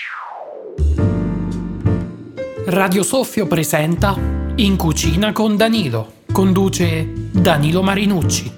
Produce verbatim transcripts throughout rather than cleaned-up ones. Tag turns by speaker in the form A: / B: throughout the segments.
A: Radio Soffio presenta In cucina con Danilo. Conduce Danilo Marinucci.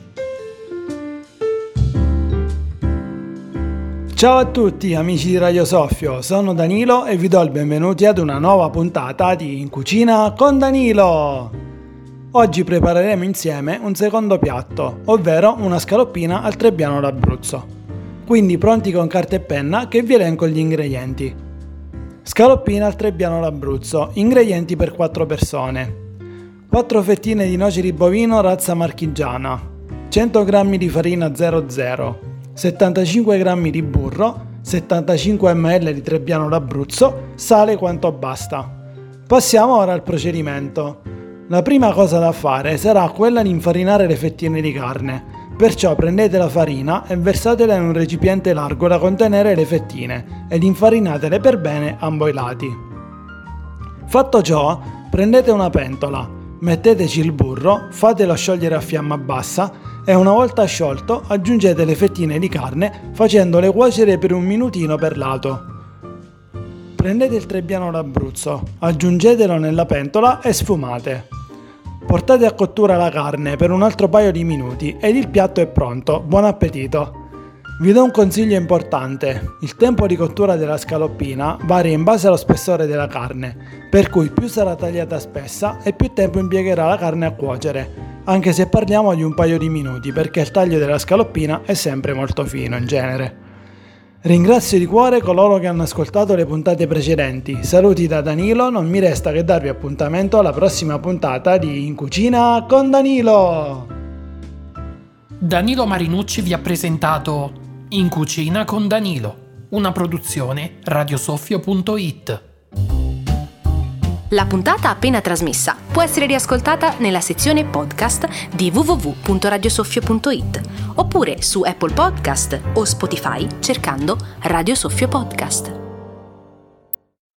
B: Ciao a tutti amici di Radio Soffio, sono Danilo e vi do il benvenuti ad una nuova puntata di In cucina con Danilo. Oggi prepareremo insieme un secondo piatto, ovvero una scaloppina al Trebbiano d'Abruzzo. Quindi pronti con carta e penna che vi elenco gli ingredienti. Scaloppina al Trebbiano d'Abruzzo, ingredienti per quattro persone. quattro fettine di noce di bovino razza marchigiana, cento grammi di farina zero zero, settantacinque grammi di burro, settantacinque millilitri di Trebbiano d'Abruzzo, sale quanto basta. Passiamo ora al procedimento. La prima cosa da fare sarà quella di infarinare le fettine di carne. Perciò prendete la farina e versatela in un recipiente largo da contenere le fettine ed infarinatele per bene ambo i lati. Fatto ciò, prendete una pentola, metteteci il burro, fatelo sciogliere a fiamma bassa e una volta sciolto aggiungete le fettine di carne facendole cuocere per un minutino per lato. Prendete il Trebbiano d'Abruzzo, aggiungetelo nella pentola e sfumate. Portate a cottura la carne per un altro paio di minuti ed il piatto è pronto. Buon appetito! Vi do un consiglio importante. Il tempo di cottura della scaloppina varia in base allo spessore della carne, per cui più sarà tagliata spessa e più tempo impiegherà la carne a cuocere, anche se parliamo di un paio di minuti perché il taglio della scaloppina è sempre molto fino in genere. Ringrazio di cuore coloro che hanno ascoltato le puntate precedenti. Saluti da Danilo, non mi resta che darvi appuntamento alla prossima puntata di In cucina con Danilo.
A: Danilo Marinucci vi ha presentato In cucina con Danilo, una produzione radiosoffio punto it.
C: La puntata appena trasmessa può essere riascoltata nella sezione podcast di w w w punto radiosoffio punto it oppure su Apple Podcast o Spotify cercando Radio Soffio Podcast.